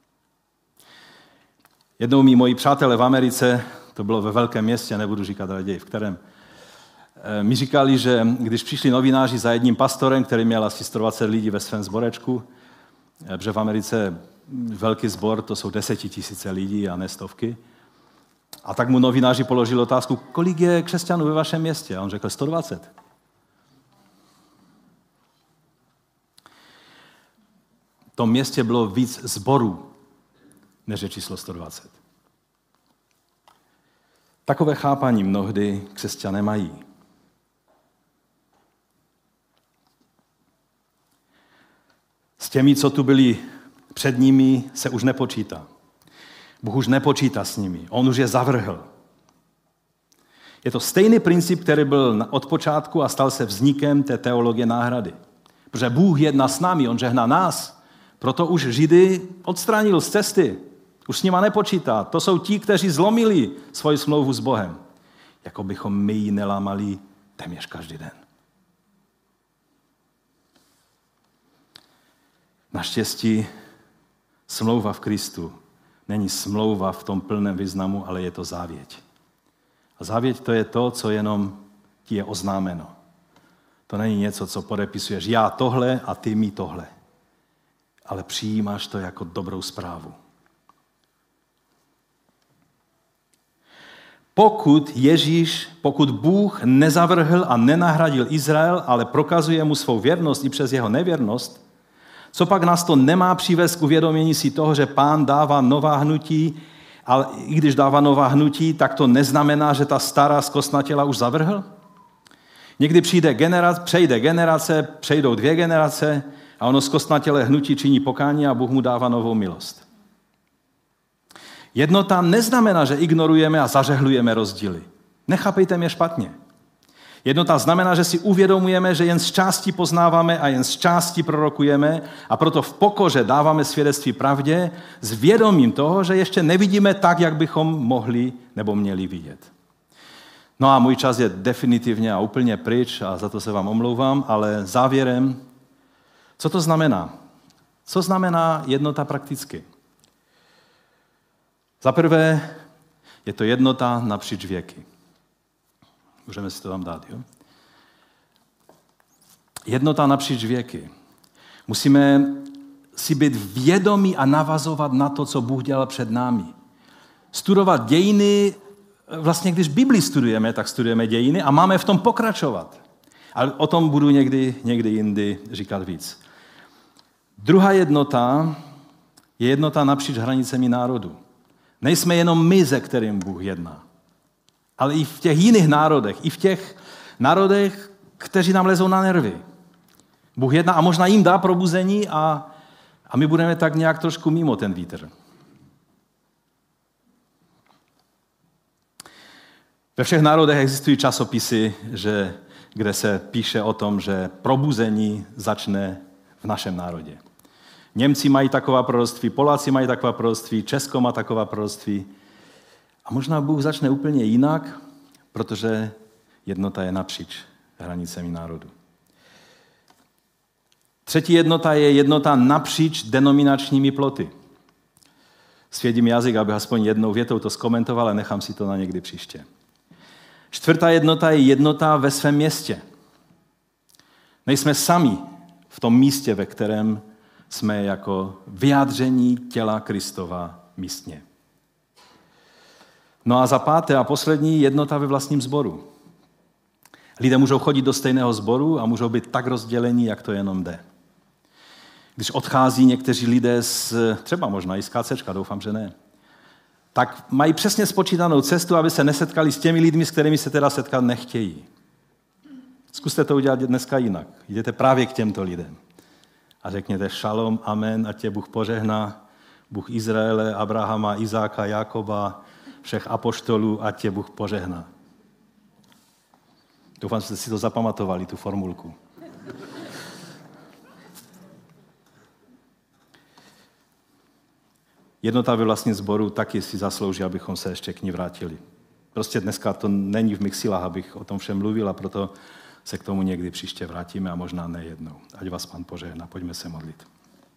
Jednou moji přátelé v Americe, to bylo ve velkém městě, nebudu říkat raději v kterém, mi říkali, že když přišli novináři za jedním pastorem, který měl asi 120 lidí ve svém sborečku, protože v Americe velký sbor, to jsou 10 000 lidí a ne stovky, a tak mu novináři položili otázku, kolik je křesťanů ve vašem městě? A on řekl 120. V tom městě bylo víc sborů, než je číslo 120. Takové chápání mnohdy křesťané mají. S těmi, co tu byli před nimi, se už nepočítá. Bůh už nepočítá s nimi. On už je zavrhl. Je to stejný princip, který byl od počátku a stal se vznikem té teologie náhrady. Protože Bůh jedná s námi, on žehná nás. Proto už Židy odstranil z cesty. Už s nima nepočítá. To jsou ti, kteří zlomili svoji smlouvu s Bohem. Jako bychom my ji nelámali téměř každý den. Naštěstí smlouva v Kristu není smlouva v tom plném významu, ale je to závěť. A závěť to je to, co jenom ti je oznámeno. To není něco, co podepisuješ já tohle a ty mi tohle. Ale přijímáš to jako dobrou zprávu. Pokud Bůh nezavrhl a nenahradil Izrael, ale prokazuje mu svou věrnost i přes jeho nevěrnost, co pak nás to nemá přivést k uvědomění si toho, že Pán dává nová hnutí, ale i když dává nová hnutí, tak to neznamená, že ta stará zkostnatěla už zavrhl? Někdy přejde generace, přejdou 2 generace a ono zkostnatělé hnutí činí pokání a Bůh mu dává novou milost. Jednota neznamená, že ignorujeme a zařehlujeme rozdíly. Nechápejte mě špatně. Jednota znamená, že si uvědomujeme, že jen z části poznáváme a jen z části prorokujeme a proto v pokoře dáváme svědectví pravdě s vědomím toho, že ještě nevidíme tak, jak bychom mohli nebo měli vidět. No a můj čas je definitivně a úplně pryč a za to se vám omlouvám, ale závěrem, co to znamená? Co znamená jednota prakticky? Za prvé je to jednota napříč věky. Můžeme si to tam dát, jo? Jednota napříč věky. Musíme si být vědomí a navazovat na to, co Bůh dělal před námi. Studovat dějiny, vlastně když Bibli studujeme, tak studujeme dějiny a máme v tom pokračovat. Ale o tom budu někdy jindy říkat víc. Druhá jednota je jednota napříč hranicemi národu. Nejsme jenom my, ze kterým Bůh jedná. Ale i v těch jiných národech, i v těch národech, kteří nám lezou na nervy. Bůh jedná a možná jim dá probuzení a my budeme tak nějak trošku mimo ten vítr. Ve všech národech existují časopisy, kde se píše o tom, že probuzení začne v našem národě. Němci mají taková proroctví, Poláci mají taková proroctví, Česko má taková proroctví. A možná Bůh začne úplně jinak, protože jednota je napříč hranicemi národu. Třetí jednota je jednota napříč denominačními ploty. Svědím jazyk, abych aspoň jednou větou to zkomentoval, ale nechám si to na někdy příště. Čtvrtá jednota je jednota ve svém městě. Nejsme sami v tom místě, ve kterém jsme jako vyjádření těla Kristova místně. No a za páté a poslední jednota ve vlastním sboru. Lidé můžou chodit do stejného sboru a můžou být tak rozdělení, jak to jenom jde. Když odchází někteří lidé třeba možná i z KCčka, doufám, že ne, tak mají přesně spočítanou cestu, aby se nesetkali s těmi lidmi, s kterými se teda setkat nechtějí. Zkuste to udělat dneska jinak. Jděte právě k těmto lidem a řekněte šalom, amen, ať tě Bůh požehná, Bůh Izraele, Abrahama, Izáka, Jákoba, všech apoštolů, ať tě Bůh požehná. Doufám, že jste si to zapamatovali, tu formulku. Jednota ve vlastním sboru taky si zaslouží, abychom se ještě k ní vrátili. Prostě dneska to není v mých silách, abych o tom všem mluvil, a proto se k tomu někdy příště vrátíme a možná ne jednou. Ať vás Pán požehná. Pojďme se modlit.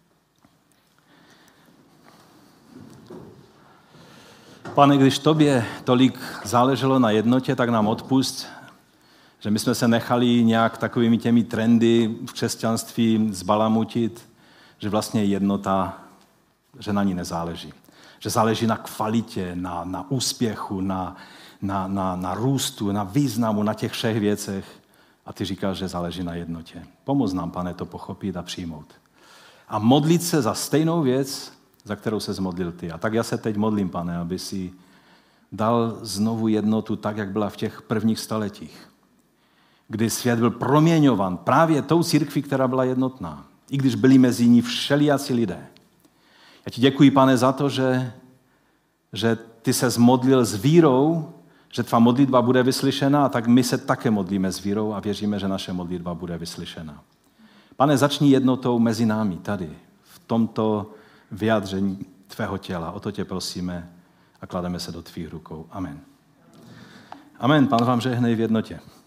Pane, když tobě tolik záleželo na jednotě, tak nám odpusť, že my jsme se nechali nějak takovými těmi trendy v křesťanství zbalamutit, že vlastně jednota, že na ní nezáleží. Že záleží na kvalitě, na úspěchu, na růstu, na významu, na těch všech věcech. A ty říkáš, že záleží na jednotě. Pomoz nám, Pane, to pochopit a přijmout. A modlit se za stejnou věc, za kterou se zmodlil ty. A tak já se teď modlím, Pane, aby si dal znovu jednotu tak, jak byla v těch prvních staletích, kdy svět byl proměňovan právě tou církví, která byla jednotná, i když byli mezi ní všelijací lidé. Já ti děkuji, Pane, za to, že ty se zmodlil s vírou, že tvá modlitba bude vyslyšena, a tak my se také modlíme s vírou a věříme, že naše modlitba bude vyslyšena. Pane, začni jednotou mezi námi tady, v tomto vyjádření tvého těla. O to tě prosíme a klademe se do tvých rukou. Amen. Amen. Pán vám žehnej v jednotě.